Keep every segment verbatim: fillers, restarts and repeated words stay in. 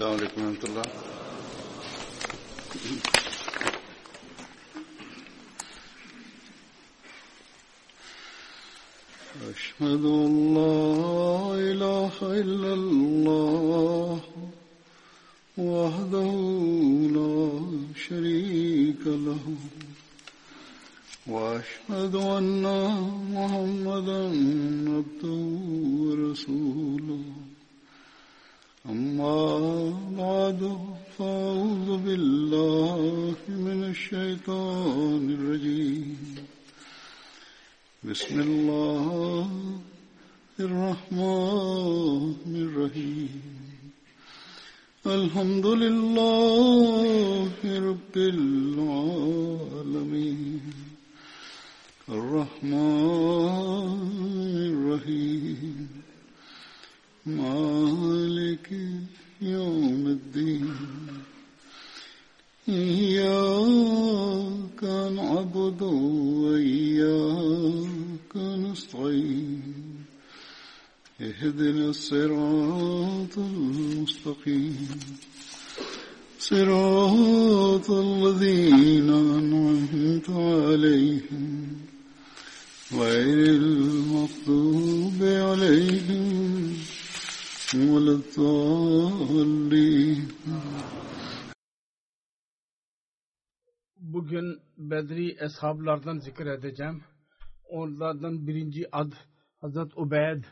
Selamun Aleyküm ve Rahmetullah. أشهد أن لا إله إلا الله وحده لا شريك له وأشهد أن محمدا عبده ورسوله أما بعد فأعوذ بالله من الشيطان الرجيم بسم الله الرحمن الرحيم الحمد لله رب العالمين الرحمن الرحيم مالك يوم الدين إياك نعبد وإياك نستعين اهدنا الصراط المستقيم صراط الذين أنعمت عليهم غير المغضوب عليهم ولا الضالين. Bugün Bedri eshablardan zikredeceğim. Onlardan birinci ad Hazret Ubeyd.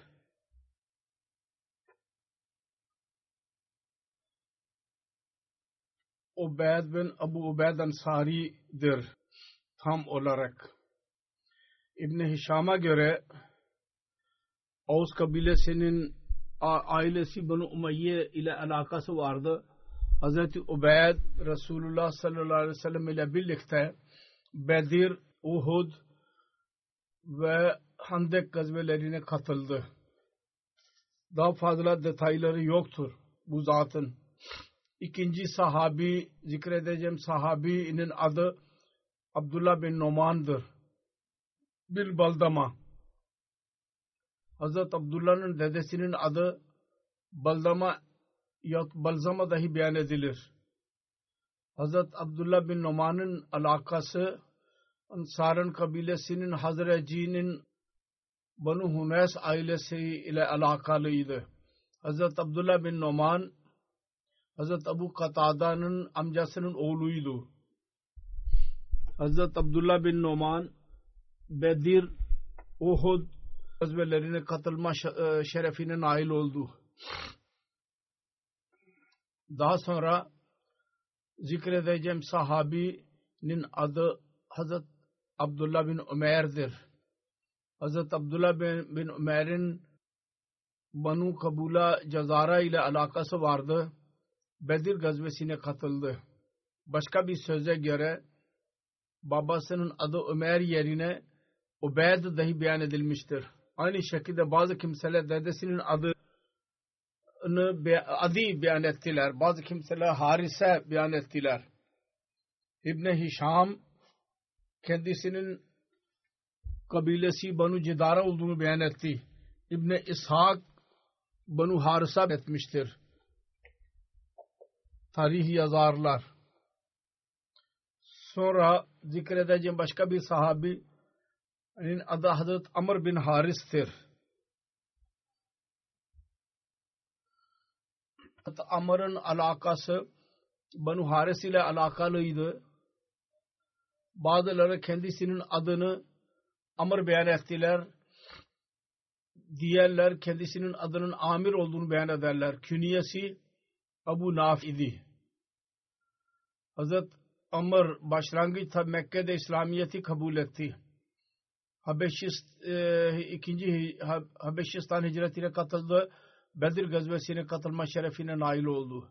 Ubeyd bin Abu Ubeyd Ansari'dir tam olarak. İbn-i Hişam'a göre Avs kabilesinin ailesi Banu Umayye ile alakası vardı. Hazreti Ubeyd Resulullah sallallahu aleyhi ve sellem ile birlikte Bedir, Uhud ve Handek gazvelerine katıldı. Daha fazla detayları yoktur bu zatın. İkinci sahabi zikredeceğim sahabinin adı Abdullah bin Numan'dır. Bir Baldama. Hazreti Abdullah'ın dedesinin adı Baldama ya Balzama dahi beyan edilir. Hazreti Abdullah bin Numan'ın alakası Ansar'ın kabilesinin Hazreci'nin Banu Hunays ailesi ile alakalıydı. Hazreti Abdullah bin Numan Hazreti Abu Katada'nın amcasının oğluydu. Hazreti Abdullah bin Numan Bedir, Uhud gazvelerine katılma şerefine nail oldu. Daha sonra zikredeceğim sahabinin adı Hazret Abdullah bin Umeyr'dir. Hazret Abdullah bin, bin Umeyr'in Banu Kabula Cazara ile alakası vardı. Bedir gazvesine katıldı. Başka bir söze göre babasının adı Ömer yerine Ubeyd dahi beyan edilmiştir. Aynı şekilde bazı kimseler dedesinin adı Adi beyan ettiler. Bazı kimseler Harise beyan ettiler. İbn-i Hişam kendisinin kabilesi Banu Cidara olduğunu beyan etti. İbn-i İshak Banu Harisa etmiştir. Tarihi yazarlar. Sonra zikredeceğim başka bir sahabinin adı Hazret Amr bin Haris'tir. Amr'ın alakası Banu Haris ile alakalıydı. Bazıları kendisinin adını Amr beyan ettiler. Diğerler kendisinin adının Amir olduğunu beyan ederler. Künyesi Abu Naf idi. Hazret Amr başlangıçta Mekke'de İslamiyet'i kabul etti. Habeşist, e, ikinci Habeşistan hicretine katıldı. Bedir gazvesine katılma şerefine nail oldu.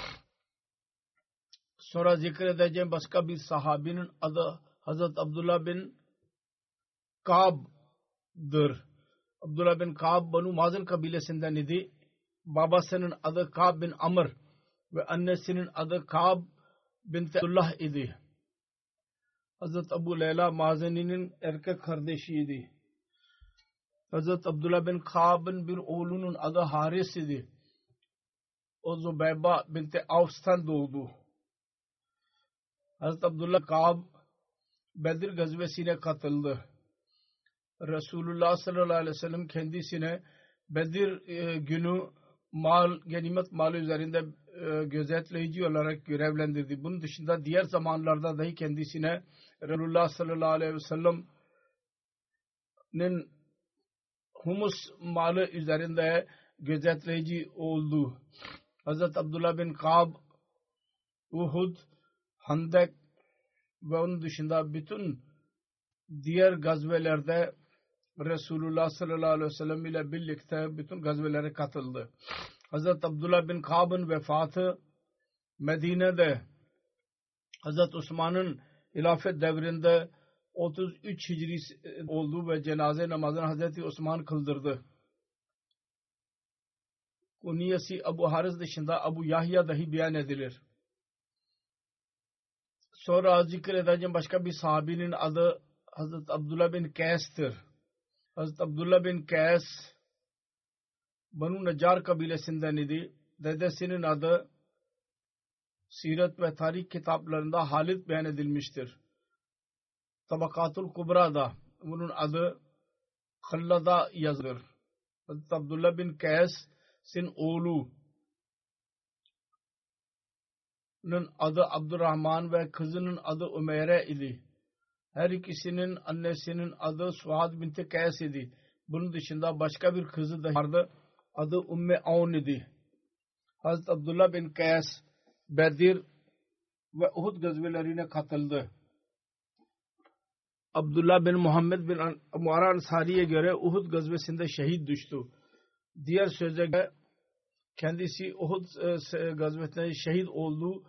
Sonra zikredeceğim başka bir sahabinin adı Hazret Abdullah bin Ka'b'dır. Abdullah bin Ka'b Banu Mazin kabilesinden idi. Babasının adı Ka'b bin Amr ve annesinin adı Ka'b bin Abdullah idi. Hazret Abu Leyla Mazini'nin erkek kardeşiydi. Hazret Abdullah bin Ka'b'ın bir oğlunun adı Haris idi. o Zubeyba binti Avs'tan doğdu. Hazreti Abdullah Ka'b Bedir gazvesine katıldı. Resulullah sallallahu aleyhi ve sellem kendisine Bedir e, günü mal, ganimet malı üzerinde e, gözetleyici olarak görevlendirdi. Bunun dışında diğer zamanlarda dahi kendisine Resulullah sallallahu aleyhi ve sellem'nin humus malı üzerinde gözetleyici oldu. Hazreti Abdullah bin Ka'b Uhud, Handek ve onun dışında bütün diğer gazvelerde Resulullah sallallahu aleyhi ve sellem ile birlikte bütün gazvelere katıldı. Hazreti Abdullah bin Ka'b'ın vefatı Medine'de Hazreti Osman'ın hilafet devrinde otuz üç Hicri oldu ve cenaze namazını Hazreti Osman kıldırdı. Kunyesi Abu Haris dışında Abu Yahya dahi beyan edilir. Sonra zikredeceğim başka bir sahabinin adı Hazreti Abdullah bin Kays'tir. Hazreti Abdullah bin Kays Banu Necar kabilesinden idi. Dedesinin adı Siret ve tarih kitaplarında Halid beyan edilmiştir. Tabakatul Kubra'da bunun adı Khallad'a yazılır. Hazreti Abdullah bin Kays'in oğlu adı Abdurrahman ve kızının adı Umeyre idi. Her ikisinin annesinin adı Suad binti Kays idi. Bunun dışında başka bir kızı da vardı. Adı Umme Aun idi. Hazreti Abdullah bin Kays Bedir ve Uhud gazvelerine katıldı. Abdullah bin Muhammed bin Muara Ansari'ye göre Uhud gazvesinde şehit düştü. Diğer söze göre kendisi Uhud gazvesinde şehit oldu.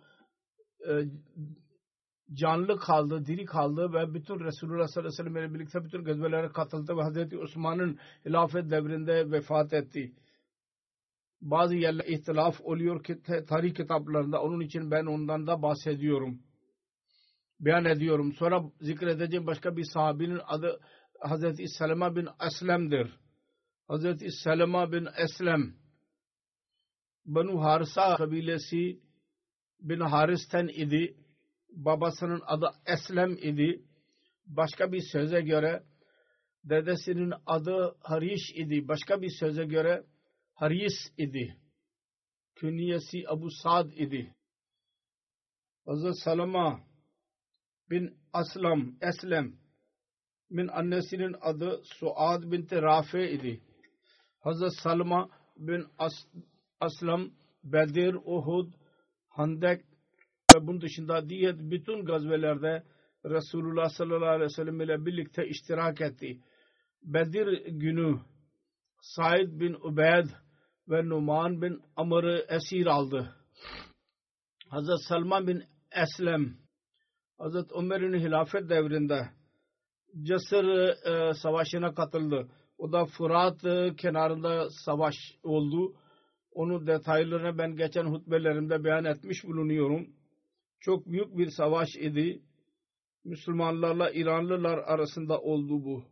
Canlı kaldı, diri kaldı ve bütün Resulullah sallallahu aleyhi ve sellem ile birlikte bütün gazvelere katıldı ve Hazreti Osman'ın hilafet devrinde vefat etti. Bazı yerler ihtilaf oluyor ki tarih kitaplarında, onun için ben ondan da bahsediyorum. Beyan ediyorum. Sonra zikredeceğim başka bir sahabinin adı Hazreti Selma bin Eslem'dir. Hazreti Selma bin Eslem Banu Harisa kabilesi bin Haris'ten idi. Babasının adı Eslem idi. Başka bir söze göre dedesinin adı Hariş idi. Başka bir söze göre Haris idi. Künyesi Abu Sa'd idi. Hazreti Salama bin Aslam Eslem min annesinin adı Suad binti Rafi idi. Hazreti Salma bin As Aslam Bedir, Uhud, Handek ve bunun dışında diğer bütün gazvelerde Resulullah sallallahu aleyhi ve sellem ile birlikte iştirak etti. Bedir günü Said bin Ubeyd ve Numan bin Amr'ı esir aldı. Hazreti Salman bin Eslem Hazreti Ömer'in hilafet devrinde Cesr e, savaşına katıldı. O da Fırat e, kenarında savaş oldu. Onun detaylarını ben geçen hutbelerimde beyan etmiş bulunuyorum. Çok büyük bir savaş idi. Müslümanlarla İranlılar arasında oldu bu.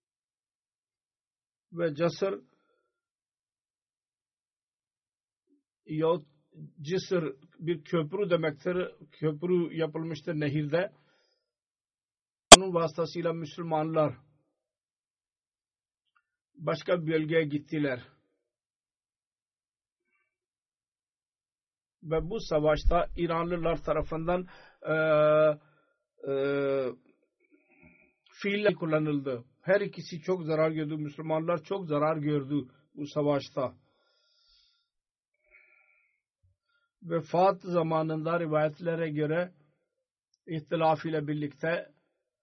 Ve Cesr yahut Cisr bir köprü demektir. Köprü yapılmıştır nehirde. Onun vasıtasıyla Müslümanlar başka bir bölgeye gittiler. Ve bu savaşta İranlılar tarafından e, e, fiiller kullanıldı. Her ikisi çok zarar gördü. Müslümanlar çok zarar gördü bu savaşta. Vefat zamanında rivayetlere göre ihtilaf ile birlikte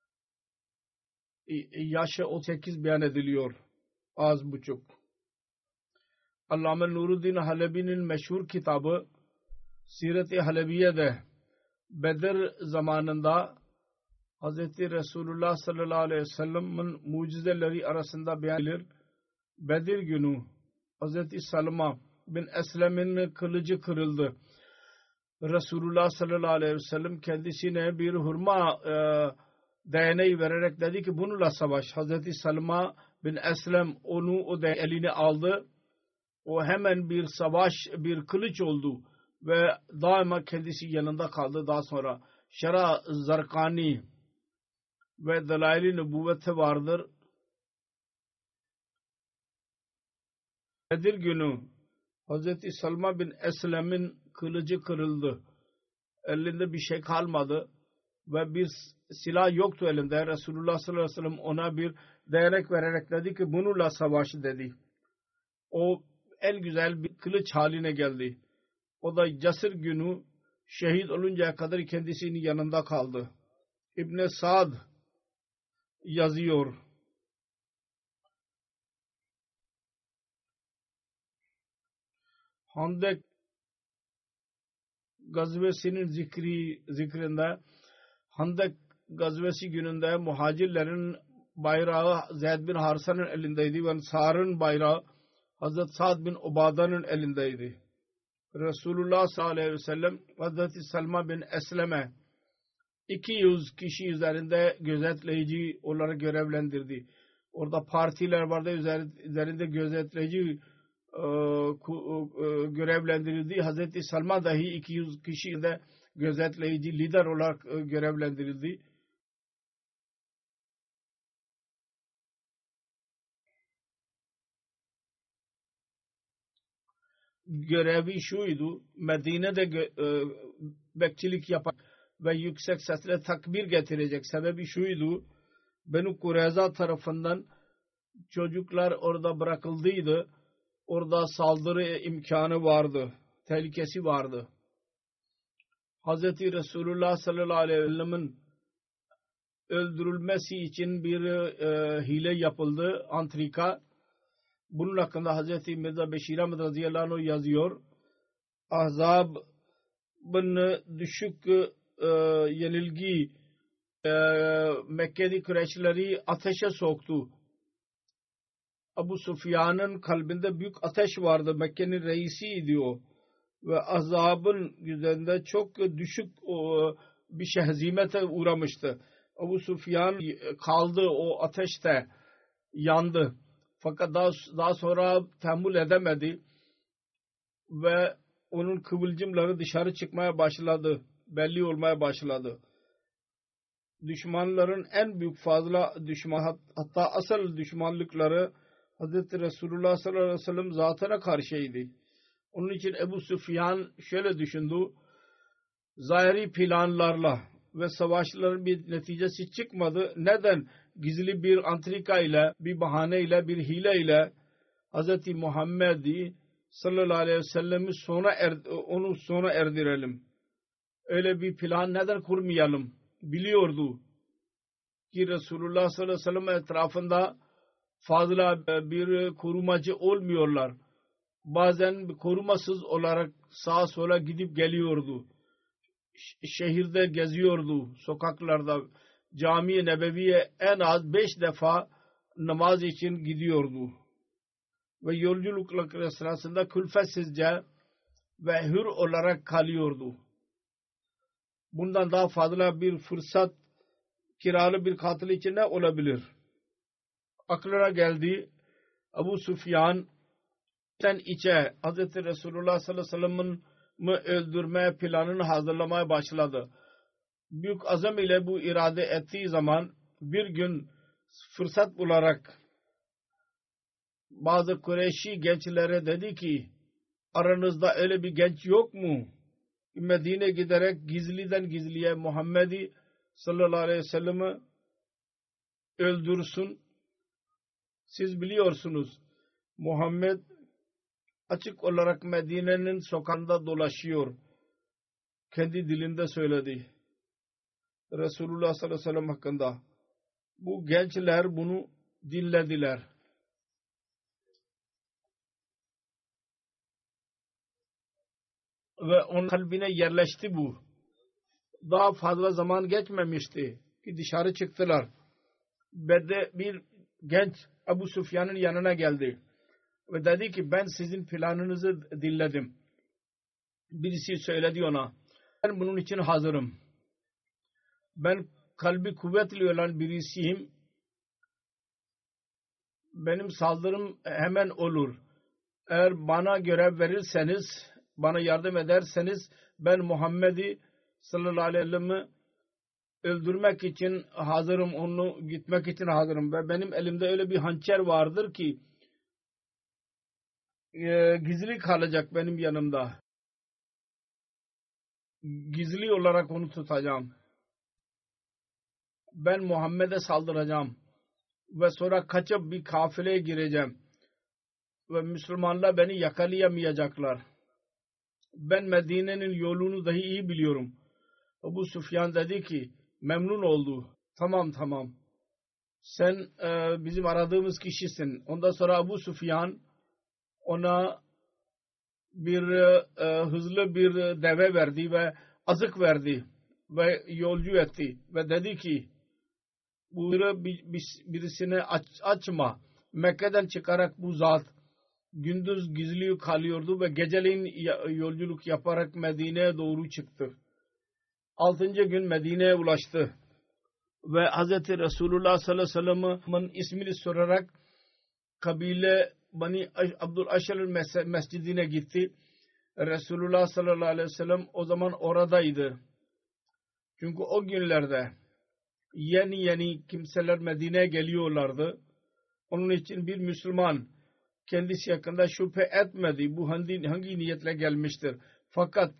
yaşı otuz sekiz beyan ediliyor. Az buçuk. Allame Nuruddin Halebi'nin meşhur kitabı Siret-i Halebiye'de Bedir zamanında Hz. Resulullah sallallahu aleyhi ve sellem'in mucizeleri arasında beyan edilir. Bedir günü Hz. Salma bin Eslem'in kılıcı kırıldı. Resulullah sallallahu aleyhi ve sellem kendisine bir hurma e, değneği vererek dedi ki bununla savaş. Hz. Salma bin Eslem onu o eline aldı o hemen bir savaş, bir kılıç oldu ve daima kendisi yanında kaldı. Daha sonra Şera Zarkani ve Delail-i Nübüvveti vardır. Bedir günü Hazreti Salma bin Eslem'in kılıcı kırıldı. Elinde bir şey kalmadı ve bir silah yoktu elinde. Resulullah sallallahu aleyhi ve sellem ona bir değnek vererek dedi ki bununla savaş dedi. O en güzel bir kılıç haline geldi. O da Casır günü şehit oluncaya kadar kendisinin yanında kaldı. İbn Sa'd yazıyor. Handek gazvesinin zikri zikrinde Handek gazvesi gününde muhacirlerin bayrağı Zeyd bin Harisa'nın elindeydi ve Ensar'ın bayrağı Hazreti Sa'd bin Ubada'nın elindeydi. Resulullah sallallahu aleyhi ve sellem Hazreti Salma bin Eslem'e iki yüz kişi üzerinde gözetleyici olarak görevlendirdi. Orada partiler vardı, üzerinde gözetleyici e, görevlendirildi. Hazreti Salma dahi iki yüz kişide gözetleyici lider olarak görevlendirildi. Görevi şuydu, Medine'de e, bekçilik yapan ve yüksek sesle takbir getirecek. Sebebi şuydu, Benu Kureyza tarafından çocuklar orada bırakıldıydı. Orada saldırı imkanı vardı, tehlikesi vardı. Hazreti Resulullah sallallahu aleyhi ve sellem'in öldürülmesi için bir e, hile yapıldı, antrika. Bunun hakkında Hazreti Mirza Beşir Ahmed radıyallahu anh yazıyor. Ahzab'ın düşük e, yenilgi e, Mekke'li Kureyşleri ateşe soktu. Abu Sufyan'ın kalbinde büyük ateş vardı. Mekke'nin reisiydi o. Ve Ahzab'ın üzerinde çok düşük o, bir şey hezimete uğramıştı. Abu Sufyan kaldı o ateşte, yandı. Fakat daha, daha sonra tahammül edemedi ve onun kıvılcımları dışarı çıkmaya başladı, belli olmaya başladı. Düşmanların en büyük fazla düşman, hatta asıl düşmanlıkları Hazreti Resulullah sallallahu aleyhi ve sellem zatına karşıydı. Onun için Ebu Süfyan şöyle düşündü, zahiri planlarla ve savaşların bir neticesi çıkmadı. Neden? Gizli bir antrika ile, bir bahane ile, bir hile ile Hz. Muhammed'i sallallahu aleyhi ve sellem'i sona er, onu sona erdirelim. Öyle bir plan neden kurmayalım? Biliyordu ki Resulullah sallallahu aleyhi ve sellem etrafında fazla bir korumacı olmuyorlar. Bazen korumasız olarak sağa sola gidip geliyordu. Şehirde geziyordu, sokaklarda. Cami-i Nebevi'ye en az beş defa namaz için gidiyordu. Ve yolculuklar sırasında külfetsizce ve hür olarak kalıyordu. Bundan daha fazla bir fırsat kiralı bir katil için ne olabilir? Aklına geldi, Abu Sufyan sen içe Hz. Resulullah sallallahu aleyhi ve sellem'in öldürme planını hazırlamaya başladı. Büyük azam ile bu irade ettiği zaman bir gün fırsat bularak bazı Kureyşi gençlere dedi ki aranızda öyle bir genç yok mu? Medine giderek gizliden gizliye Muhammed'i sallallahu aleyhi ve sellem'i öldürsün. Siz biliyorsunuz Muhammed açık olarak Medine'nin sokağında dolaşıyor. Kendi dilinde söyledi. Resulullah sallallahu aleyhi ve sellem hakkında. Bu gençler bunu dinlediler. Ve onun kalbine yerleşti bu. Daha fazla zaman geçmemişti ki dışarı çıktılar. Ve bir genç Abu Sufyan'ın yanına geldi. Ve dedi ki ben sizin planınızı dinledim. Birisi söyledi ona. Ben bunun için hazırım. Ben kalbi kuvvetli olan birisiyim. Benim saldırım hemen olur. eğer bana görev verirseniz, bana yardım ederseniz ben Muhammed'i sallallahu aleyhi ve sellem'i öldürmek için hazırım, onu gitmek için hazırım ve benim elimde öyle bir hançer vardır ki e, gizli kalacak benim yanımda. Gizli olarak onu tutacağım. Ben Muhammed'e saldıracağım ve sonra kaçıp bir kafileye gireceğim ve Müslümanlar beni yakalayamayacaklar. Ben Medine'nin yolunu dahi iyi biliyorum. Ebu Süfyan dedi ki memnun oldu. Tamam tamam. Sen e, bizim aradığımız kişisin. Ondan sonra Ebu Süfyan ona bir e, hızlı bir deve verdi ve azık verdi ve yolcu etti ve dedi ki bu birisine aç, açma. Mekke'den çıkarak bu zat gündüz gizli kalıyordu ve geceleyin yolculuk yaparak Medine'ye doğru çıktı. Altıncı gün Medine'ye ulaştı ve Hazreti Resulullah sallallahu aleyhi ve sellem'in ismini sorarak kabile Bani Abdülaşer'in mescidine gitti. Resulullah sallallahu aleyhi ve sellem o zaman oradaydı. Çünkü o günlerde yeni yeni kimseler Medine'ye geliyorlardı. Onun için bir Müslüman kendisi hakkında şüphe etmedi. Bu hangi, hangi niyetle gelmiştir. Fakat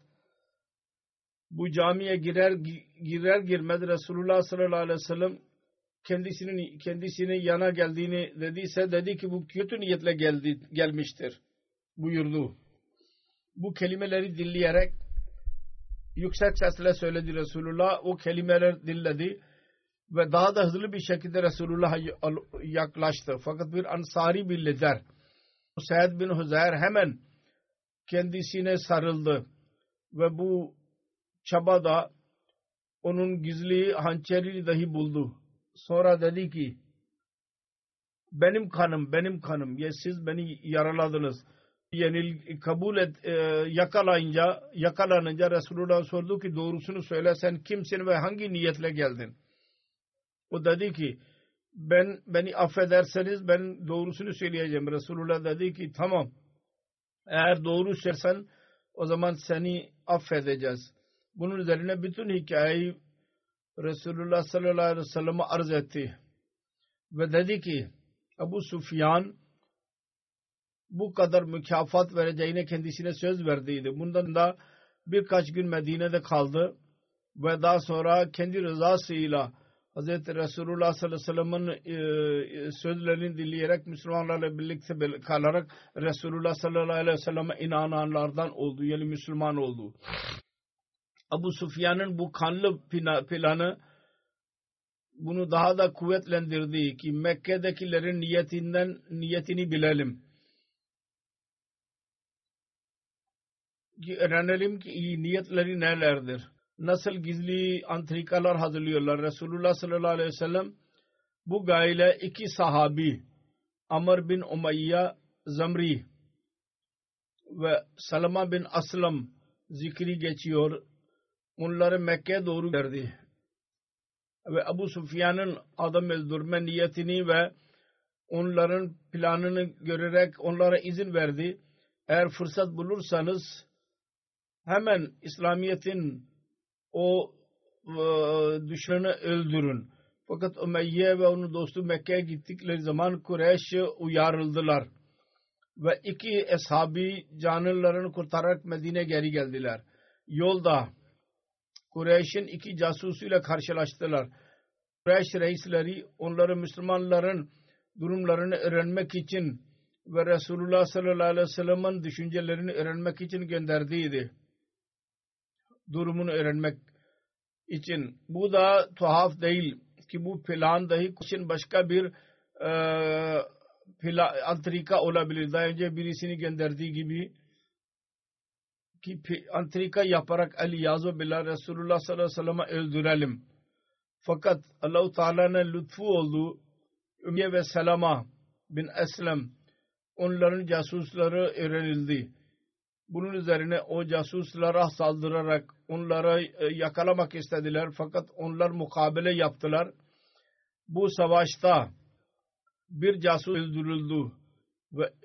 bu camiye girer girer girmez Resulullah sallallahu aleyhi ve sellem kendisinin kendisinin yana geldiğini dediyse dedi ki bu kötü niyetle geldi gelmiştir buyurdu. Bu kelimeleri dinleyerek yüksek sesle söyledi Resulullah. O kelimeleri dinledi ve daha da hızlı bir şekilde Resulullah'a yaklaştı. Fakat bir Ansari bir lider Said bin Huzeyr hemen kendisine sarıldı ve bu çabada onun gizli hançerini dahi buldu. Sonra dedi ki benim kanım benim kanım ya siz beni yaraladınız. Yenil kabul et e, yakalayınca yakalanınca Resulullah sordu ki doğrusunu söyle sen kimsin ve hangi niyetle geldin? O dedi ki ben beni affederseniz ben doğrusunu söyleyeceğim. Resulullah dedi ki tamam eğer doğru söylersen o zaman seni affedeceğiz. Bunun üzerine bütün hikayeyi Resulullah sallallahu aleyhi ve sellem'e arz etti. Ve dedi ki Ebu Süfyan bu kadar mükafat vereceğine kendisine söz verdiydi. Bundan da birkaç gün Medine'de kaldı ve daha sonra kendi rızasıyla Hz. Resulullah sallallahu aleyhi ve sellem'in sözlerini dinleyerek Müslümanlarla birlikte kalarak Resulullah sallallahu aleyhi ve sellem'e inananlardan oldu. Yani Müslüman oldu. Ebu Süfyan'ın bu kanlı planı bunu daha da kuvvetlendirdi ki Mekke'dekilerin niyetinden niyetini bilelim. Ki öğrenelim ki iyi niyetleri nelerdir. Nasıl gizli antrikalar hazırlıyorlar. Resulullah sallallahu aleyhi ve sellem bu gayle iki sahabi Amr bin Umayya Zamri ve Salama bin Aslam zikri geçiyor. Onları Mekke'ye doğru verdi. Ve Ebu Süfyan'ın adam öldürme niyetini ve onların planını görerek onlara izin verdi. Eğer fırsat bulursanız hemen İslamiyet'in o e, düşmanı öldürün. Fakat Umeyye ve onun dostu Mekke'ye gittikleri zaman Kureyş uyarıldılar. Ve iki eshabi canlarını kurtararak Medine'ye geri geldiler. Yolda Kureyş'in iki casusuyla karşılaştılar. Kureyş reisleri onları Müslümanların durumlarını öğrenmek için ve Resulullah sallallahu aleyhi ve sellem'in düşüncelerini öğrenmek için gönderdiydi. Durumunu öğrenmek için. Bu da tuhaf değil ki bu plan dahi için başka bir e, plan, antrika olabilir. Daha önce birisini gönderdiği gibi ki antrika yaparak Ali Yazu Billah Resulullah sallallahu aleyhi ve sellem'i öldürelim. Fakat Allah-u Teala'nın lütfu oldu. Ümmiye ve Selama bin Eslem onların casusları öğrenildi. Bunun üzerine o casuslara saldırarak onları yakalamak istediler. Fakat onlar mukabele yaptılar. Bu savaşta bir casus öldürüldü ve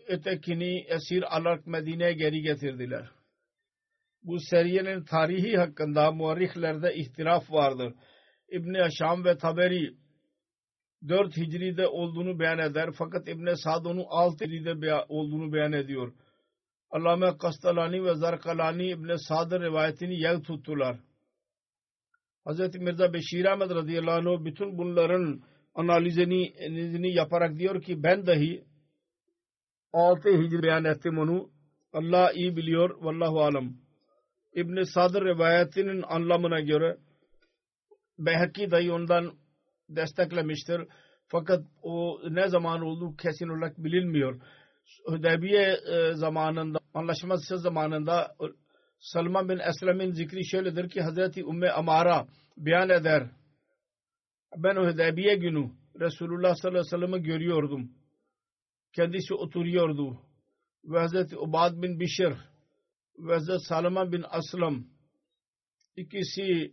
ötekini esir alarak Medine'ye geri getirdiler. Bu seriyenin tarihi hakkında muarrihlerde ihtilaf vardır. İbn-i Aşam ve Taberi dört Hicri'de olduğunu beyan eder. Fakat İbn-i Sa'd onu altı Hicri'de olduğunu beyan ediyor. Allame Kastalani ve Zarkalani İbn-i Sa'd'ın rivayetini yer tuttular. Hz. Mirza Beşir Ahmed radıyallahu anh bütün bunların analizini yaparak diyor ki ben dahi altı Hicri beyan ettim onu. Allah iyi biliyor. Vallahu alem. İbn-i Sa'd'ın rivayetinin anlamına göre Beyhaki dahi ondan desteklemiştir. Fakat o ne zaman olduğu kesin olarak bilinmiyor. Hudeybiye zamanında, anlaşması zamanında Salman bin Eslem'in zikri şöyledir ki Hazreti Ümmü Amara beyan eder. Ben o Hudeybiye günü Resulullah sallallahu aleyhi ve sellem'i görüyordum. Kendisi oturuyordu. Ve Hazreti Ubad bin Bişir ve Hazreti Salman bin Aslam ikisi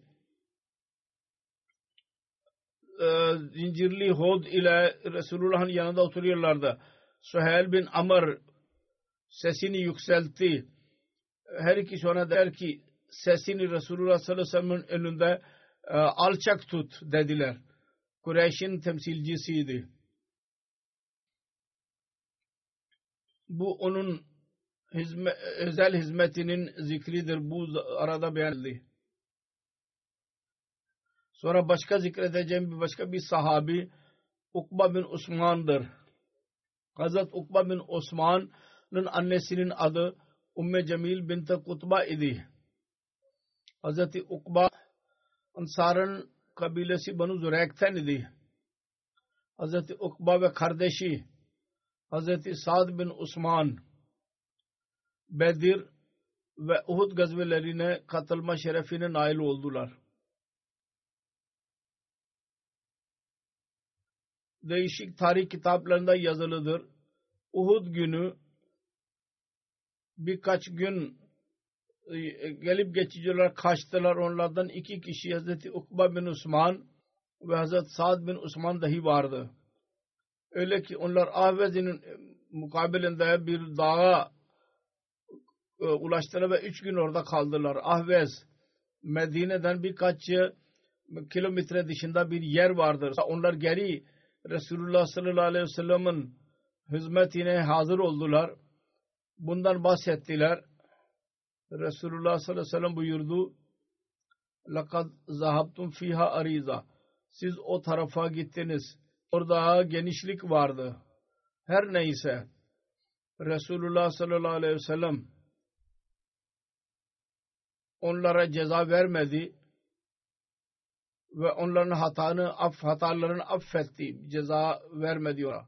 e, zincirli hod ile Resulullah'ın yanında oturuyorlardı. Suheyl bin Amr sesini yükseltti. Her ikisi ona der ki sesini Resulullah sallallahu aleyhi ve sellem'in önünde e, alçak tut dediler. Kureyş'in temsilcisiydi. Bu onun hizme, özel hizmetinin zikridir. Bu arada beyanlandı. Sonra başka zikredeceğim bir başka bir sahabi Ukba bin Osman'dır. Hazret Ukba bin Osman'ın annesinin adı Umme Cemil bint Kutba idi. Hazreti Ukba Ansar'ın kabilesi Banu Zureyk'ten idi. Hazreti Ukba ve kardeşi Hazreti Sa'd bin Osman Bedir ve Uhud gazvelerine katılma şerefine nail oldular. Değişik tarih kitaplarında yazılıdır. Uhud günü birkaç gün gelip geçiciler kaçtılar. Onlardan iki kişi Hazreti Ukba bin Osman ve Hazreti Sa'd bin Osman dahi vardı. Öyle ki onlar Ahvez'in mukabilinde bir dağa e, ulaştılar ve üç gün orada kaldılar. Ahvez Medine'den birkaç kilometre dışında bir yer vardır. Onlar geri Resulullah sallallahu aleyhi ve sellem'in hizmetine hazır oldular. Bundan bahsettiler. Resulullah sallallahu aleyhi ve sellem buyurdu. لَقَدْ زَهَبْتُمْ فِيهَا ariza. Siz o tarafa gittiniz. Orada genişlik vardı. Her neyse Resulullah sallallahu aleyhi ve sellem onlara ceza vermedi ve onların hatanı, aff, hatalarını affetti. Ceza vermedi ona.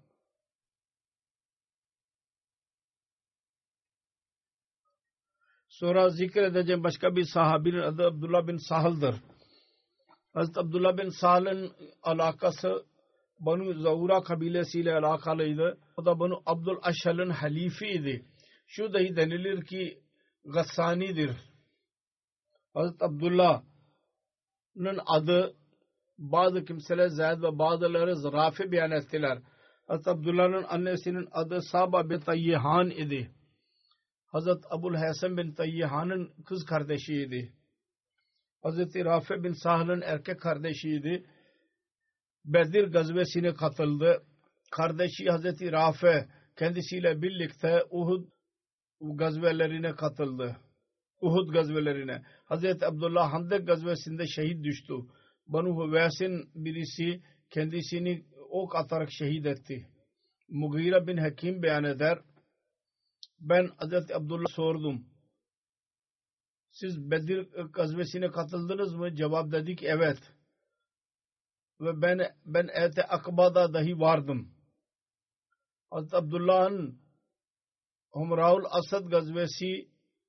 Sonra zikredeceğim başka bir sahabinin adı Abdullah bin Sahl'dır. Hazreti Abdullah bin Sahl'ın alakası Banu Zavura kabilesiyle alakalıydı. O da Banu Abdul Aşhal'ın halifiydi. Şu dahi denilir ki Gassani'dir. Hazreti Abdullah'ın adı bazı kimseler Zeyd ve bazıları Rafi beyan ettiler. Hazreti Abdullah'ın annesinin adı Saba bin Tayyihan idi. Hazreti Abul Hasan bin Tayyihan'ın kız kardeşiydi. Hazreti Rafi bin Sahl'ın erkek kardeşiydi. Bedir gazvesine katıldı. Kardeşi Hazreti Rafi kendisiyle birlikte Uhud gazvelerine katıldı. Uhud gazvelerine. Hazreti Abdullah Handek gazvesinde şehit düştü. Banu Hüveys'in birisi kendisini ok atarak şehit etti. Mughira bin Hakim beyan eder. Ben Hazreti Abdullah sordum. Siz Bedir gazvesine katıldınız mı? Cevap dedik evet. Ve ben ben Ete Akba'da dahi vardım. Hazreti Abdullah'ın Humraul Asad gazvesi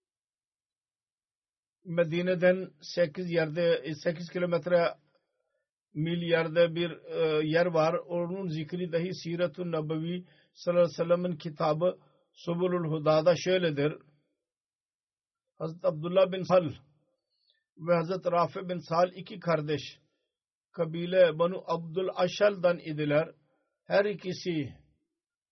Medine'den sekiz yerde sekiz kilometre mil yerde bir e, yer var. Onun zikri dahi Siret-ü Nebevi sallallahu aleyhi ve sellem'in kitabı Subulul Huda'da şöyledir. Hazreti Abdullah bin Sahl ve Hazreti Rafi bin Sahl iki kardeş kabile Banu Abdul Aşal'dan idiler. Her ikisi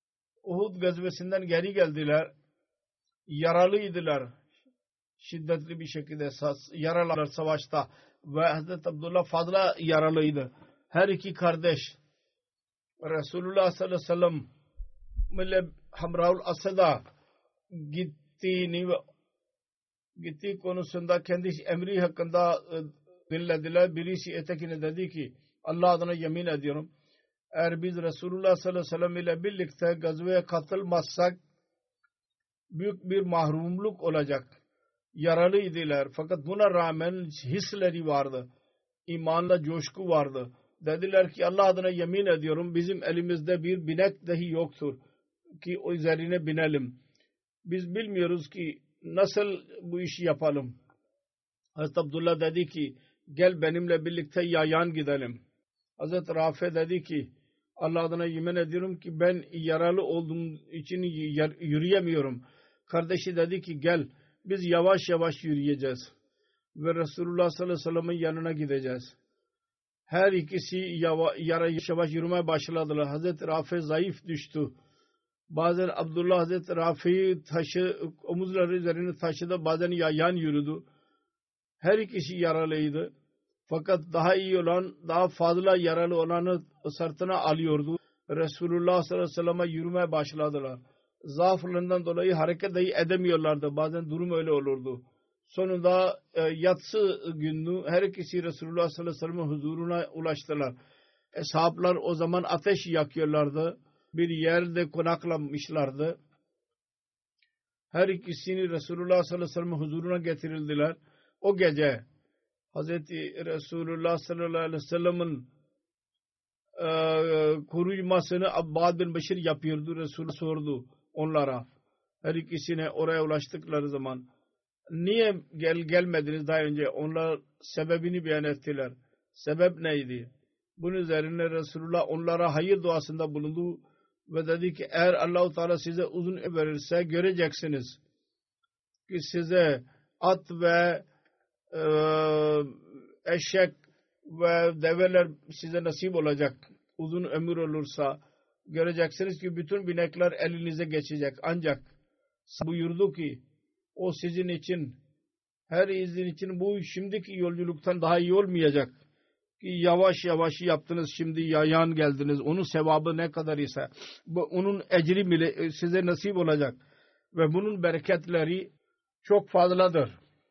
Uhud gazvesinden geri geldiler. Yaralıydılar. Şiddetli bir şekilde yaralılar savaşta. Ve Hazreti Abdullah fazla yaralıydı. Her iki kardeş Resulullah sallallahu aleyhi ve sellem ile Hamraul Asad'a gittiğini ve gittiği konusunda kendi emri hakkında dinlediler. Birisi ötekine dedi ki Allah adına yemin ediyorum eğer biz Resulullah sallallahu aleyhi ve sellem ile birlikte gazveye katılmazsak büyük bir mahrumluk olacak. Yaralıydılar fakat buna rağmen hisleri vardı. İmanla coşku vardı. Dediler ki Allah adına yemin ediyorum bizim elimizde bir binek dahi yoktur ki o üzerine binelim. Biz bilmiyoruz ki nasıl bu işi yapalım. Hazreti Abdullah dedi ki gel benimle birlikte yayan gidelim. Hazreti Rafi dedi ki Allah adına yemin ediyorum ki ben yaralı olduğum için yürüyemiyorum. Kardeşi dedi ki gel biz yavaş yavaş yürüyeceğiz ve Resulullah sallallahu aleyhi ve sellem'in yanına gideceğiz. Her ikisi yavaş yavaş yürümeye başladılar. Hazreti Rafi zayıf düştü. Bazen Abdullah Hazreti Rafi'yi taşı, omuzları üzerine taşıdı. Bazen yayan yürüdü. Her ikisi yaralıydı. Fakat daha iyi olan, daha fazla yaralı olanı sırtına alıyordu. Resulullah sallallahu aleyhi ve sellem'e yürümeye başladılar. Zaaflarından dolayı hareket dahi edemiyorlardı. Bazen durum öyle olurdu. Sonunda e, yatsı günü her ikisi Resulullah sallallahu aleyhi ve sellem'in huzuruna ulaştılar. Eshablar o zaman ateş yakıyorlardı. Bir yerde konaklamışlardı. Her ikisini Resulullah sallallahu aleyhi ve sellem'in huzuruna getirildiler. O gece Hazreti Resulullah sallallahu aleyhi ve sellem'in e, koruymasını Abbad bin Beşir yapıyordu. Resulullah sordu onlara. Her ikisine oraya ulaştıkları zaman niye gel gelmediniz daha önce? Onlar sebebini beyan ettiler. Sebep neydi? Bunun üzerine Resulullah onlara hayır duasında bulundu ve dedi ki eğer Allah-u Teala size uzun ömür verirse göreceksiniz ki size at ve e, eşek ve develer size nasip olacak. Uzun ömür olursa göreceksiniz ki bütün binekler elinize geçecek. Ancak buyurdu ki o sizin için her izin için bu şimdiki yolculuktan daha iyi olmayacak. Ki yavaş yavaş yaptınız şimdi yayan geldiniz. Onun sevabı ne kadar ise bu, onun ecri bile size nasip olacak. Ve bunun bereketleri çok fazladır.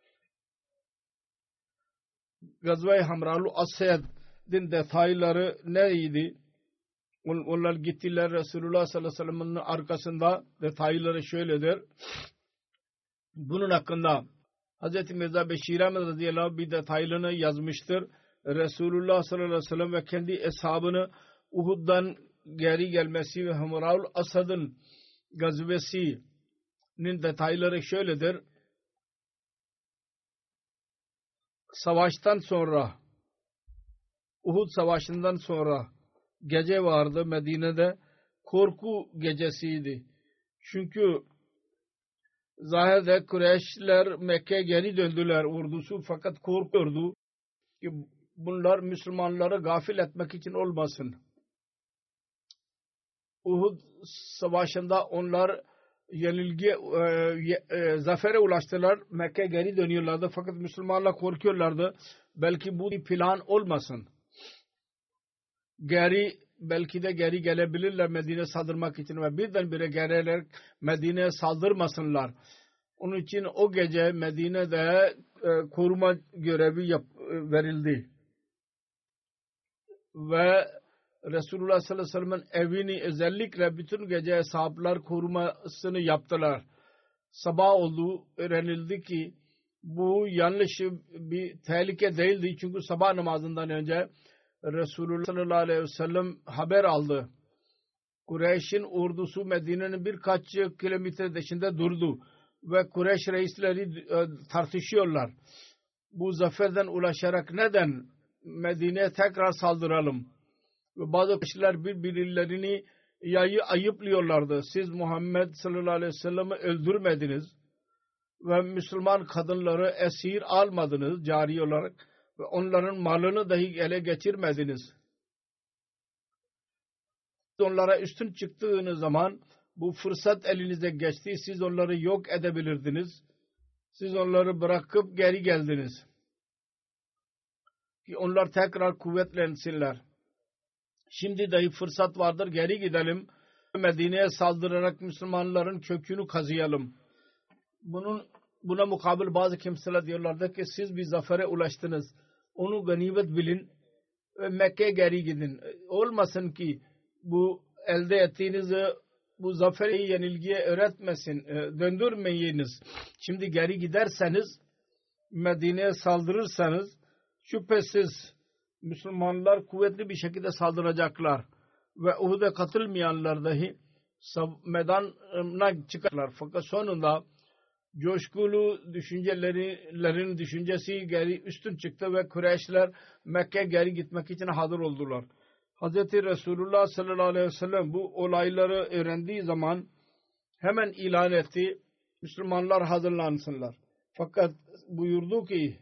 Gazve-i Hamraul Asad'ın detayları neydi? Onlar gittiler Resulullah sallallahu aleyhi ve sellem'in arkasında. Detayları şöyledir. Bunun hakkında Hz. Mirza Beşir Ahmed radıyallahu anh bir detaylarını yazmıştır. Resulullah sallallahu aleyhi ve sellem ve kendi eshabını Uhud'dan geri gelmesi ve Hamraul Asad'ın gazvesinin detayları şöyledir. Savaştan sonra Uhud savaşından sonra gece vardı Medine'de, korku gecesiydi. Çünkü zahirde Kureyşler Mekke'ye geri döndüler ordusu fakat korkuyordu ki bunlar Müslümanları gafil etmek için olmasın. Uhud savaşında onlar yenilgi e, e, zafere ulaştılar. Mekke'ye geri dönüyorlardı fakat Müslümanlar korkuyorlardı. Belki bu bir plan olmasın. Geri belki de geri gelebilirler Medine'ye saldırmak için ve birdenbire geriler Medine'ye saldırmasınlar. Onun için o gece Medine'de e, koruma görevi yap, e, verildi. Ve Resulullah sallallahu aleyhi ve sellem'in evini özellikle bütün gece ashablar korumasını yaptılar. Sabah oldu, öğrenildi ki bu yanlış bir tehlike değildi. Çünkü sabah namazından önce Resulullah sallallahu aleyhi ve sellem haber aldı. Kureyş'in ordusu Medine'nin birkaç kilometre dışında durdu. Ve Kureyş reisleri tartışıyorlar. Bu zaferden ulaşarak neden Medine'ye tekrar saldıralım? Ve bazı kişiler birbirlerini yayı ayıplıyorlardı. Siz Muhammed sallallahu aleyhi ve sellem'i öldürmediniz. Ve Müslüman kadınları esir almadınız cari olarak. Ve onların malını dahi ele geçirmediniz. Onlara üstün çıktığınız zaman bu fırsat elinize geçti. Siz onları yok edebilirdiniz. Siz onları bırakıp geri geldiniz. Ki onlar tekrar kuvvetlensinler. Şimdi dahi fırsat vardır. Geri gidelim. Medine'ye saldırarak Müslümanların kökünü kazıyalım. Bunun buna mukabil bazı kimseler diyorlardı ki siz bir zafere ulaştınız. Onu ganimet bilin ve Mekke'ye geri gidin. Olmasın ki bu elde ettiğiniz bu zaferi yenilgiye öğretmesin, döndürmeyiniz. Şimdi geri giderseniz, Medine'ye saldırırsanız şüphesiz Müslümanlar kuvvetli bir şekilde saldıracaklar. Ve Uhud'a katılmayanlar dahi meydana çıkarlar. Fakat sonunda coşkulu düşüncelerin düşüncesi geri üstün çıktı ve Kureyşler Mekke'ye geri gitmek için hazır oldular. Hz. Resulullah sallallahu aleyhi ve sellem bu olayları öğrendiği zaman hemen ilan etti. Müslümanlar hazırlansınlar. Fakat buyurdu ki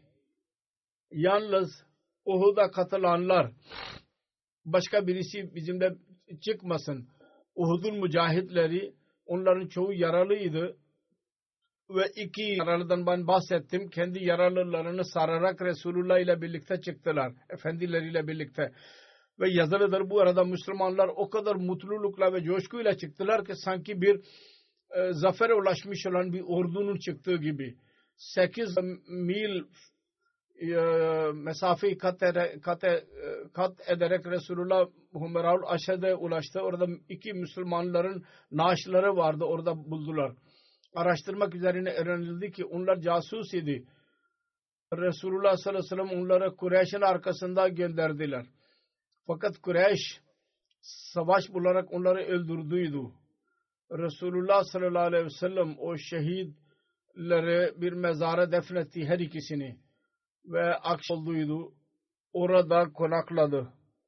yalnız Uhud'a katılanlar başka birisi bizimle çıkmasın. Uhud'un mücahitleri onların çoğu yaralıydı. Ve iki yaralıdan ben bahsettim. Kendi yaralılarını sararak Resulullah ile birlikte çıktılar. Efendileriyle birlikte. Ve yazılıdır bu arada Müslümanlar o kadar mutlulukla ve coşkuyla çıktılar ki sanki bir e, zafere ulaşmış olan bir ordunun çıktığı gibi. Sekiz mil e, mesafeyi kat, ede, kat, e, kat ederek Resulullah Humeraul Aşed'e ulaştı. Orada iki Müslümanların naaşları vardı. Orada buldular. Araştırmak üzerine öğrenildi ki onlar casus idi. Resulullah sallallahu aleyhi ve sellem onları Kureyş'in arkasında gönderdiler. Fakat Kureyş savaş bularak onları öldürdüydü. Resulullah sallallahu aleyhi ve sellem o şehitleri bir mezara defnetti her ikisini. Ve akşam olduydu. Orada konakladı.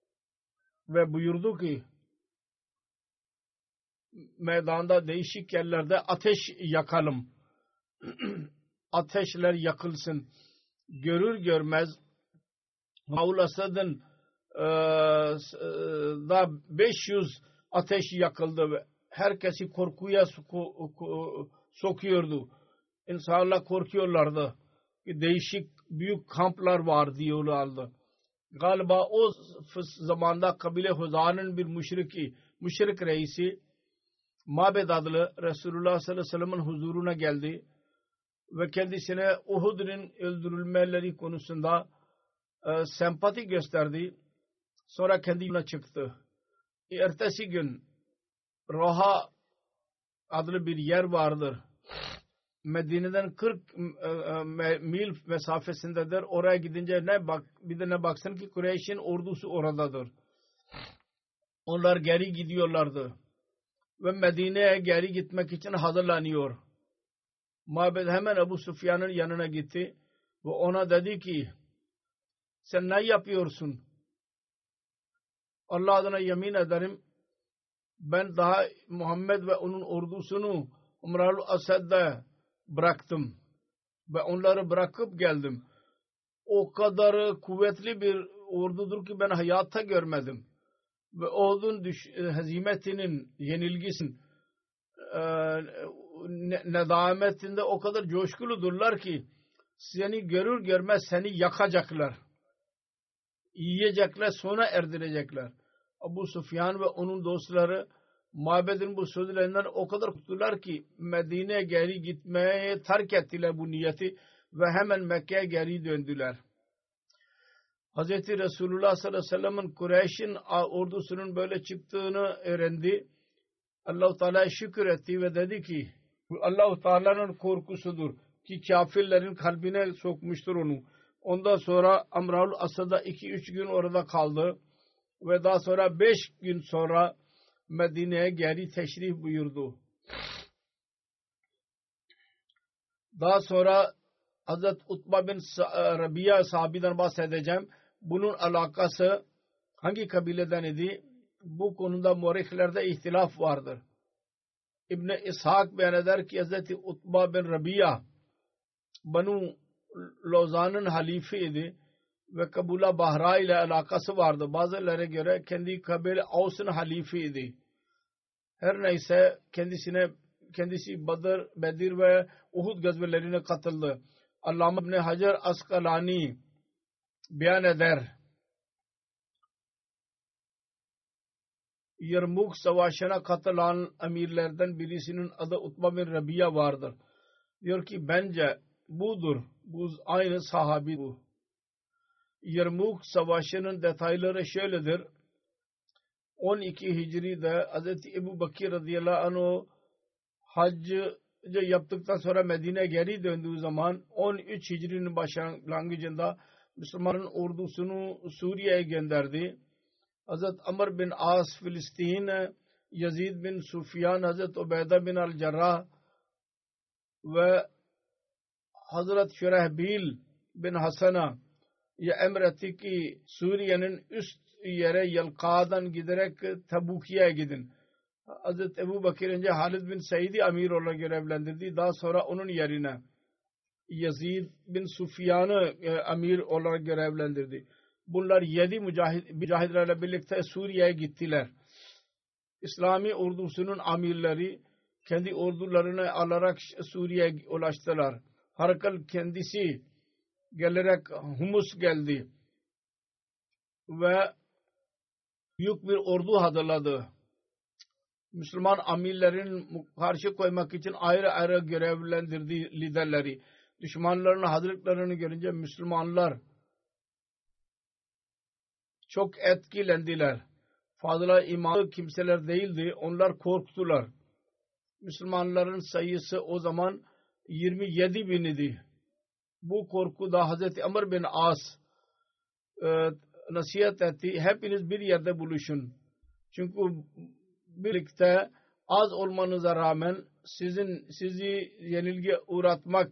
Ve buyurdu ki meydanda değişik yerlerde ateş yakalım. Ateşler yakılsın. Görür görmez Maul Asad'ın da beş yüz ateş yakıldı ve herkesi korkuya sokuyordu. İnsanlar korkuyorlardı. Değişik büyük kamplar var diyorlardı. Galiba o zamanda kabile Huza'nın bir müşriki, müşrik reisi Mabed adlı Resulullah sallallahu aleyhi ve sellem'in huzuruna geldi ve kendisine Uhud'un öldürülmeleri konusunda e, sempati gösterdi. Sonra kendi yoluna çıktı. Ertesi gün Roha adlı bir yer vardır. Medine'den kırk e, mil mesafesindedir. Oraya gidince ne bak bir de ne baksın ki Kureyş'in ordusu oradadır. Onlar geri gidiyorlardı. Ve Medine'ye geri gitmek için hazırlanıyor. Mabed hemen Ebu Sufyan'ın yanına gitti ve ona dedi ki sen ne yapıyorsun? Allah adına yemin ederim ben daha Muhammed ve onun ordusunu Umrul Asad'da bıraktım ve onları bırakıp geldim. O kadar kuvvetli bir ordudur ki ben hayatta görmedim. Ve onun hezimetinin, yenilgisinin e, nedametinde o kadar coşkuludurlar ki seni görür görmez seni yakacaklar. Yiyecekler, sona erdirecekler. Ebu Sufyan ve onun dostları Mabed'in bu sözlerinden o kadar korktular ki Medine'ye geri gitmeye terk ettiler bu niyeti ve hemen Mekke'ye geri döndüler. Hz. Resulullah sallallahu aleyhi ve sellem'in Kureyş'in ordusunun böyle çıktığını öğrendi. Allah-u Teala'ya şükür etti ve dedi ki Allah-u Teala'nın korkusudur ki kafirlerin kalbine sokmuştur onu. Ondan sonra Amrul Asad'a iki üç gün orada kaldı ve daha sonra beş gün sonra Medine'ye geri teşrif buyurdu. Daha sonra Hazret Utba bin Rabia sahabiden bahsedeceğim. Bunun alakası hangi kabileden idi? Bu konuda muhariklerde ihtilaf vardır. İbn-i İshak beyan eder ki Hazreti Utba bin Rabia Banu Lozan'ın halifeydi ve Kabula Bahra ile alakası vardı. Bazılara göre kendi kabile Avs'ın halifeydi. Her neyse kendisine kendisi Badr, Bedir ve Uhud gazvelerine katıldı. Allame İbn Hacer Askalani beyan eder. Yermuk savaşına katılan emirlerden birisinin adı Utba bin Rabia vardır. Diyor ki bence budur. Bu aynı sahabi bu. Yermuk savaşının detayları şöyledir. on iki Hicri'de Hz. Ebu Bakir radıyallahu anh haccı yaptıktan sonra Medine'ye geri döndüğü zaman on üç Hicri'nin başlangıcında Müslümanların ordusunu Suriye'ye gönderdi. Hazret Amr bin As Filistin, Yazid bin Sufyan, Hazret Ubeyda bin al-Cerrah ve Hazret Şurehbil bin Hasan'a ya emretti ki Suriye'nin üst yere Yelka'dan giderek Tabuki'ye gidin. Hazret Ebu Bakir önce Halid bin Said'i amir olarak görevlendirdi. Daha sonra onun yerine Yazid bin Sufyan'ı amir olarak görevlendirdi. Bunlar yedi mücahid, mücahidlerle birlikte Suriye'ye gittiler. İslami ordusunun amirleri kendi ordularını alarak Suriye'ye ulaştılar. Harkal kendisi gelerek Humus geldi ve büyük bir ordu hazırladı. Müslüman amirlerin karşı koymak için ayrı ayrı görevlendirdiği liderleri. Düşmanların hazırlıklarını görünce Müslümanlar çok etkilendiler. Fazla imanlı kimseler değildi. Onlar korktular. Müslümanların sayısı o zaman yirmi yedi bin idi. Bu korkuda Hazreti Amr bin As e, nasihat etti. Hepiniz bir yerde buluşun. Çünkü birlikte az olmanıza rağmen sizin sizi yenilgiye uğratmak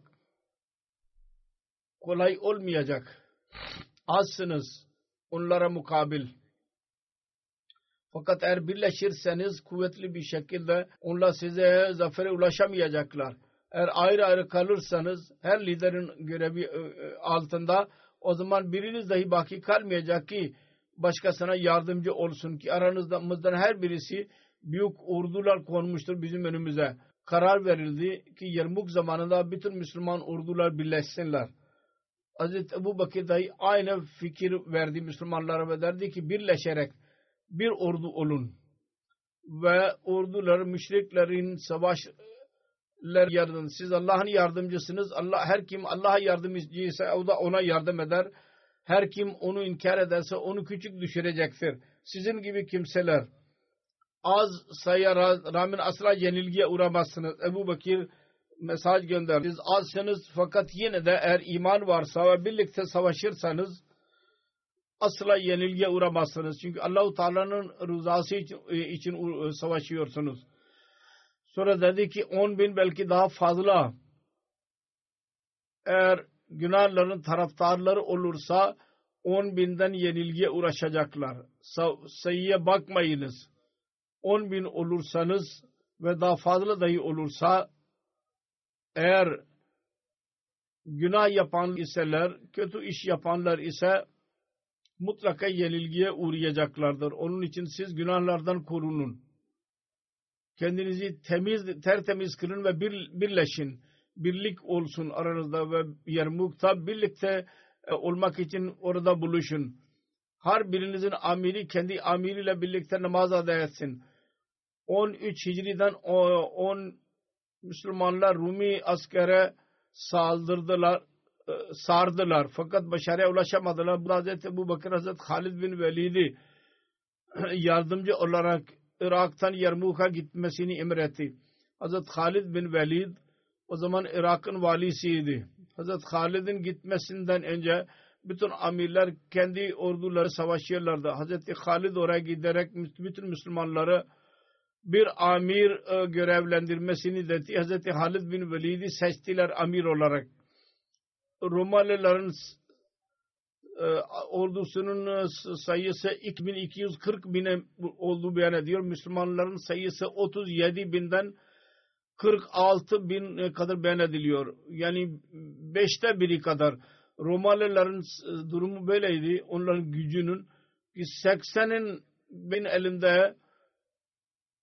kolay olmayacak. Azsınız onlara mukabil. Fakat eğer birleşirseniz kuvvetli bir şekilde onlar size zafere ulaşamayacaklar. Eğer ayrı ayrı kalırsanız her liderin görevi altında o zaman biriniz dahi baki kalmayacak ki başkasına yardımcı olsun ki aranızdan her birisi büyük ordular konmuştur bizim önümüze. Karar verildi ki Yermuk zamanında bütün Müslüman ordular birleşsinler. Hazreti Ebu Bakir dahi aynı fikir verdi Müslümanlara ve derdi ki birleşerek bir ordu olun ve ordular müşriklerin savaşlar yardım. Siz Allah'ın yardımcısınız. Allah her kim Allah'a yardımcıysa o da ona yardım eder. Her kim onu inkar ederse onu küçük düşürecektir. Sizin gibi kimseler az sayıya rağmen asla yenilgiye uğramazsınız. Ebu Bakir mesaj gönderdi. Siz azsınız fakat yine de eğer iman varsa ve birlikte savaşırsanız asla yenilgiye uğramazsınız. Çünkü Allah-u Teala'nın rızası için, için savaşıyorsunuz. Sonra dedi ki on bin belki daha fazla eğer günahların taraftarları olursa on binden yenilgiye uğraşacaklar. Sayıya bakmayınız. on bin olursanız ve daha fazla dahi olursa eğer günah yapan iseler, kötü iş yapanlar ise mutlaka yenilgiye uğrayacaklardır. Onun için siz günahlardan korunun. Kendinizi temiz, tertemiz kılın ve bir, birleşin. Birlik olsun aranızda ve Yermuk'ta birlikte e, olmak için orada buluşun. Her birinizin amiri kendi amiriyle birlikte namaz eda etsin. on üç Hicri'den on Müslümanlar Rumi askere saldırdılar, sardılar. Fakat başarıya ulaşamadılar. Bu Hazreti Ebu Bakır Hazreti Halid bin Velid'i yardımcı olarak Irak'tan Yermuk'a gitmesini emretti. Hazreti Halid bin Velid o zaman Irak'ın valisiydi. Hazreti Halid'in gitmesinden önce bütün amirler kendi orduları savaşıyorlardı. Hazreti Halid oraya giderek bütün Müslümanları bir amir e, görevlendirmesini dedi. Hazreti Halid bin Velid'i seçtiler amir olarak. Romalıların e, ordusunun sayısı iki bin iki yüz kırk bine olduğu beyan ediyor. Müslümanların sayısı otuz yedi binden kırk altı bin kadar beyan ediliyor. Yani beşte biri kadar. Romalıların durumu böyleydi. Onların gücünün seksenin bin elinde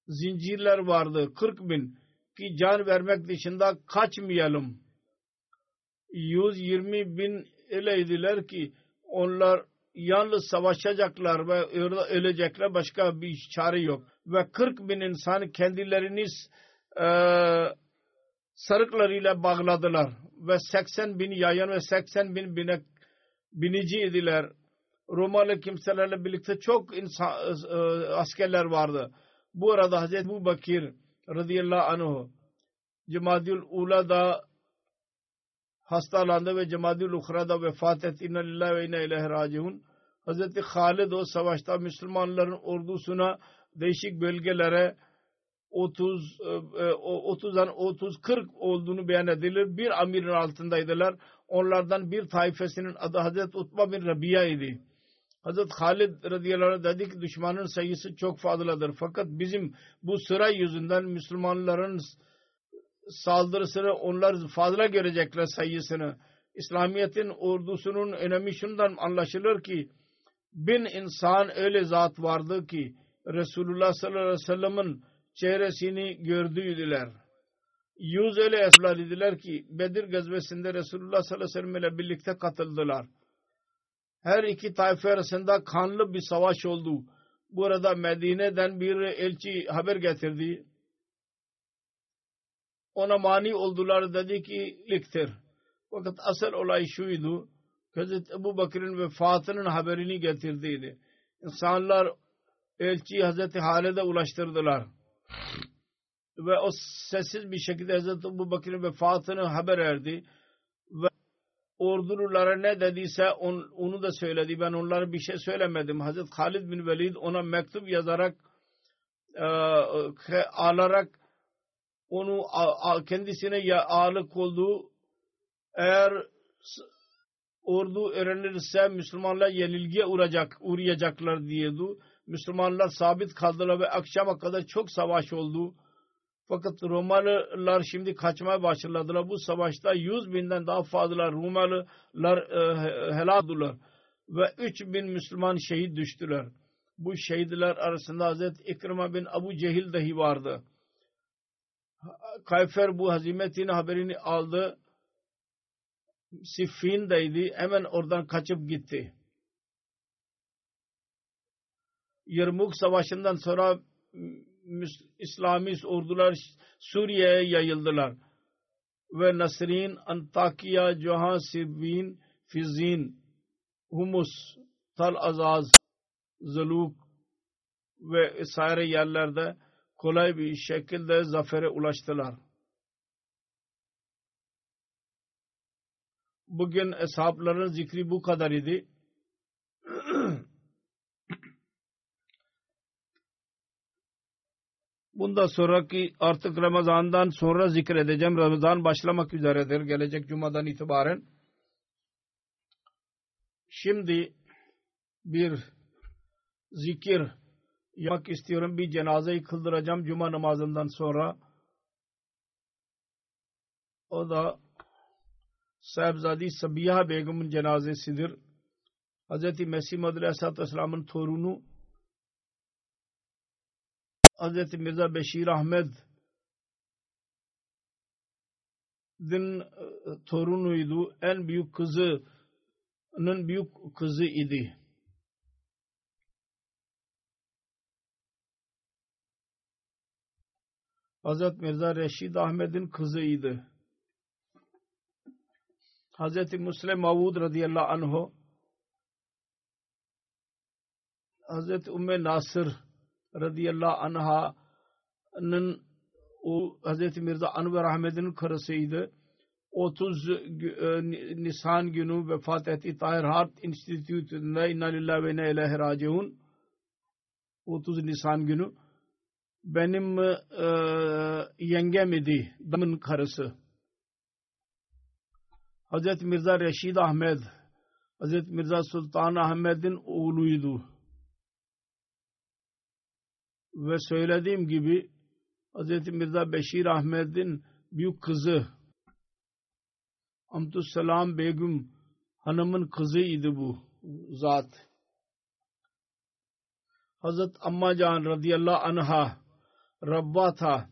zincirler vardı. kırk bin ki can vermek dışında kaçmayalım. yüz yirmi bin öyleydiler ki onlar yalnız savaşacaklar ve ölecekler, başka bir çare yok. Ve kırk bin insan kendilerini e, sarıklarıyla bağladılar ve seksen bin yayan ve seksen bin binek binici idiler. Romalı kimselerle birlikte çok insan, e, askerler vardı. Bu arada Hazreti Ebu Bakir radıyallahu anh Cemadül Ula'da hastalandı ve Cemadül Uhra'da vefat etti. İnna lillahi ve inna ileyhi raciun. Hazreti Halid o savaşta Müslümanların ordusuna değişik bölgelere otuz otuzdan otuz kırk olduğunu beyan edilir. Bir amirin altındaydılar. Onlardan bir taifesinin adı Hazreti Utba bin Rabia idi. Hazreti Halid radıyallahu anh dedi ki düşmanın sayısı çok fazladır. Fakat bizim bu sıra yüzünden Müslümanların saldırısını onlar fazla görecekler sayısını. İslamiyet'in ordusunun önemi şundan anlaşılır ki bin insan öyle zat vardı ki Resulullah sallallahu aleyhi ve sellem'in çehresini gördüydüler. Yüz öyle esirler idiler ki Bedir gazvesinde Resulullah sallallahu aleyhi ve sellem ile birlikte katıldılar. Her iki tayfa arasında kanlı bir savaş oldu. Bu arada Medine'den bir elçi haber getirdi. Ona mani oldular, dedi ki liktir. Fakat asıl olay şuydu. Hazreti Ebu Bakır'ın vefatının haberini getirdiydi. İnsanlar elçiyi Hazreti Halid'e ulaştırdılar. Ve o sessiz bir şekilde Hazreti Ebu Bakır'ın vefatını haber verdi. Ve ordulara ne dediyse on, onu da söyledi. Ben onlara bir şey söylemedim. Hazreti Halid bin Velid ona mektup yazarak e, ağlarak onu kendisine ya ağırlık oldu. Eğer ordu öğrenirse Müslümanlar yenilgiye uğrayacak, uğrayacaklar diyordu. Müslümanlar sabit kaldılar ve akşama kadar çok savaş oldu. Fakat Romalılar şimdi kaçmaya başladılar. Bu savaşta yüz binden daha fazla Romalılar e, helak oldular. Ve üç bin Müslüman şehit düştüler. Bu şehitler arasında Hazreti İkrima bin Abu Cehil dahi vardı. Kayfer bu hazimetin haberini aldı. Siffin'deydi. Hemen oradan kaçıp gitti. Yermuk Savaşı'ndan sonra İslami ordular Suriye'ye yayıldılar. Ve Nasrin, Antakya, Johan, Sibbin, Fizin, Humus, Tal Azaz, Zaluk ve saire yerlerde kolay bir şekilde zafere ulaştılar. Bugün ashabların zikri bu kadar idi. Bundan sonraki artık Ramazan'dan sonra zikredeceğim. Ramazan başlamak üzeredir gelecek Cuma'dan itibaren. Şimdi bir zikir yapmak istiyorum. Bir cenazeyi kıldıracağım Cuma namazından sonra. O da Sahibzadi Sabiha Begum'un cenazesidir. Hazreti Mesih Maud Aleyhisselatü Vesselam'ın torunu Hazreti Mirza Beşir Ahmed'in torunuydu. En büyük kızının büyük kızı idi. Hazreti Mirza Reşid Ahmed'in kızıydı. Hazreti Müslim Mavud radıyallahu anh Hazreti Ümmü Nasır radıyallahu anh'ın o Hazreti Mirza Anver Ahmed'in karısıydı. otuz Nisan günü vefat etti. Tahir Heart Institute'unda inna lillahi ve inna ileyhi raciun. otuz Nisan günü benim e, yengem idi. Damın karısı. Hazreti Mirza Reşid Ahmed Hazreti Mirza Sultan Ahmed'in oğluydu. Ve söylediğim gibi Hazreti Mirza Beşir Ahmed'in büyük kızı Amtussalam Begum hanımın kızıydı bu zat. Hazreti Ammacan radıyallahu anha Rabbata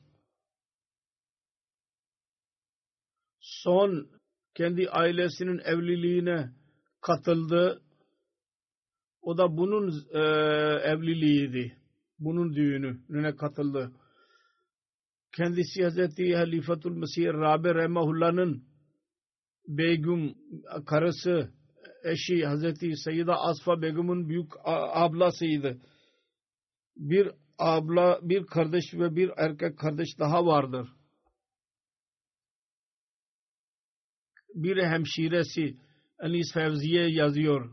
son kendi ailesinin evliliğine katıldı. O da bunun e, evliliğiydi. Bunun düğününe katıldı. Kendisi Hazreti Halifatul Mesih Rabi Rahmehullah'ın Begüm karısı, eşi Hazreti Seyyida Asfa Begüm'ün büyük ablasıydı. Bir abla, bir kardeş ve bir erkek kardeş daha vardır. Bir hemşiresi Anis Fevziye yazıyor.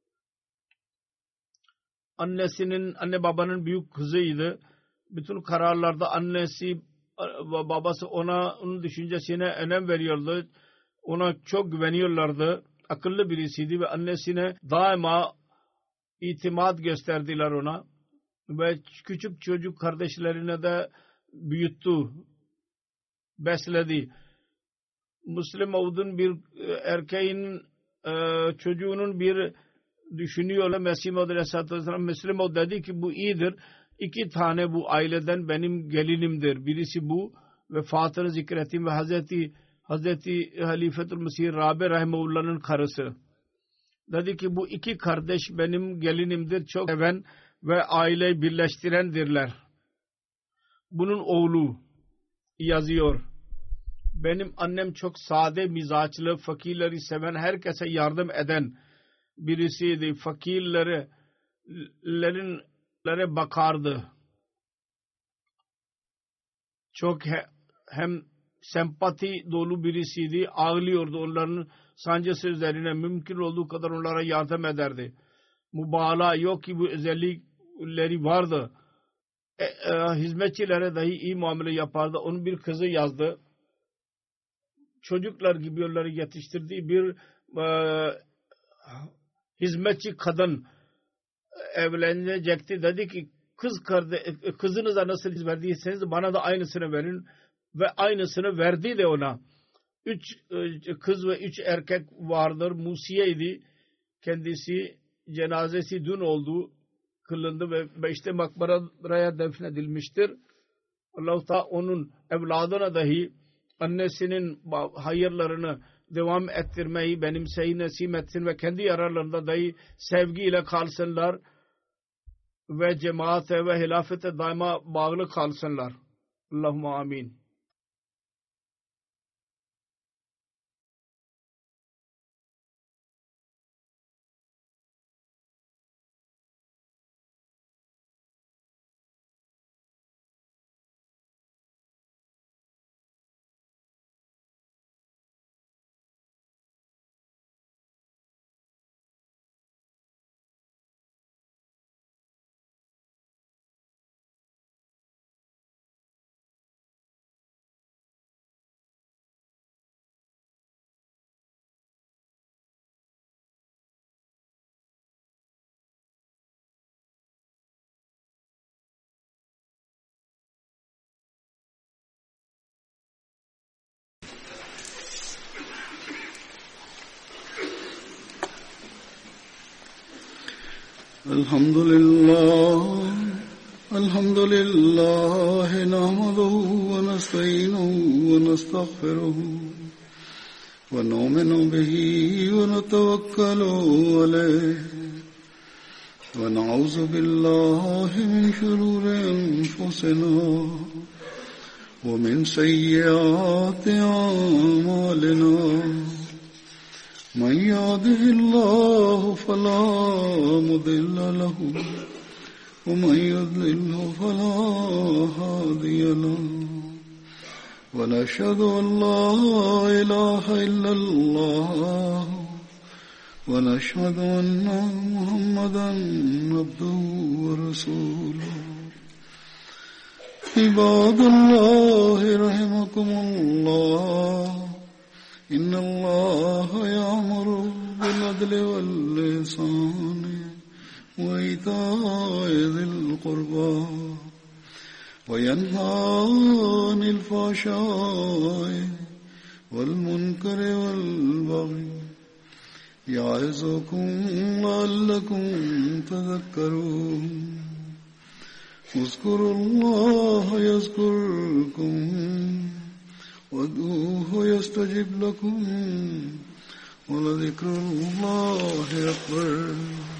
Annesinin, anne babanın büyük kızıydı. Bütün kararlarda annesi ve babası ona, onun düşüncesine önem veriyordu. Ona çok güveniyorlardı. Akıllı birisiydi ve annesine daima itimat gösterdiler ona. Ve küçük çocuk kardeşlerine de büyüttü, besledi. Müslim Maud'un bir erkeğin çocuğunun bir düşünüyor. Mesih Maud Aleyhisselatü Vesselam Müslim Maud dedi ki bu iyidir. İki tane bu aileden benim gelinimdir. Birisi bu vefatını zikrettim ve Hazreti Hazreti Halifetul Mesih Rabi Rahimehullah'ın karısı. Dedi ki bu iki kardeş benim gelinimdir. Çok seven ve aileyi birleştirendirler. Bunun oğlu yazıyor. Benim annem çok sade mizaçlı, fakirleri seven, herkese yardım eden birisiydi. Fakirlere bakardı. Çok he, hem sempati dolu birisiydi. Ağlıyordu onların sancısı üzerine. Mümkün olduğu kadar onlara yardım ederdi. Mübalağa yok ki bu özellikleri vardı. E, e, hizmetçilere dahi iyi muamele yapardı. Onun bir kızı yazdı. Çocuklar gibi onları yetiştirdiği bir e, hizmetçi kadın evlenecekti. Dedi ki kız kardeş, kızınıza nasıl verdiyseniz bana da aynısını verin. Ve aynısını verdi de ona. Üç kız ve üç erkek vardır. Musiye'ydi. Kendisi cenazesi dün oldu. Kılındı ve beşte makbaraya defnedilmiştir. Allah-u Teala onun evladına dahi annesinin hayırlarını devam ettirmeyi benimseyi nasip etsin ve kendi yararlarında dahi sevgiyle kalsınlar ve cemaate ve hilafete daima bağlı kalsınlar. Allahümme amin. الحمد لله الحمد لله نحمده ونستعينه ونستغفره ونؤمن به ونتوكل عليه ونعوذ بالله من شرور أنفسنا ومن سيئات أعمالنا من يهده الله فلا مضل له ومن يضلله فلا هادي له ونشهد أن لا إله إلا الله ونشهد أن محمدا عبده ورسوله عباد الله رحمكم الله إن الله يأمر بالعدل والإحسان وإيتاء ذي القربى وينهى عن الفحشاء والمنكر والبغي يعظكم لعلكم تذكرون اذكروا الله يذكركم وادعوه يستجب لكم ولذكر الله أكبر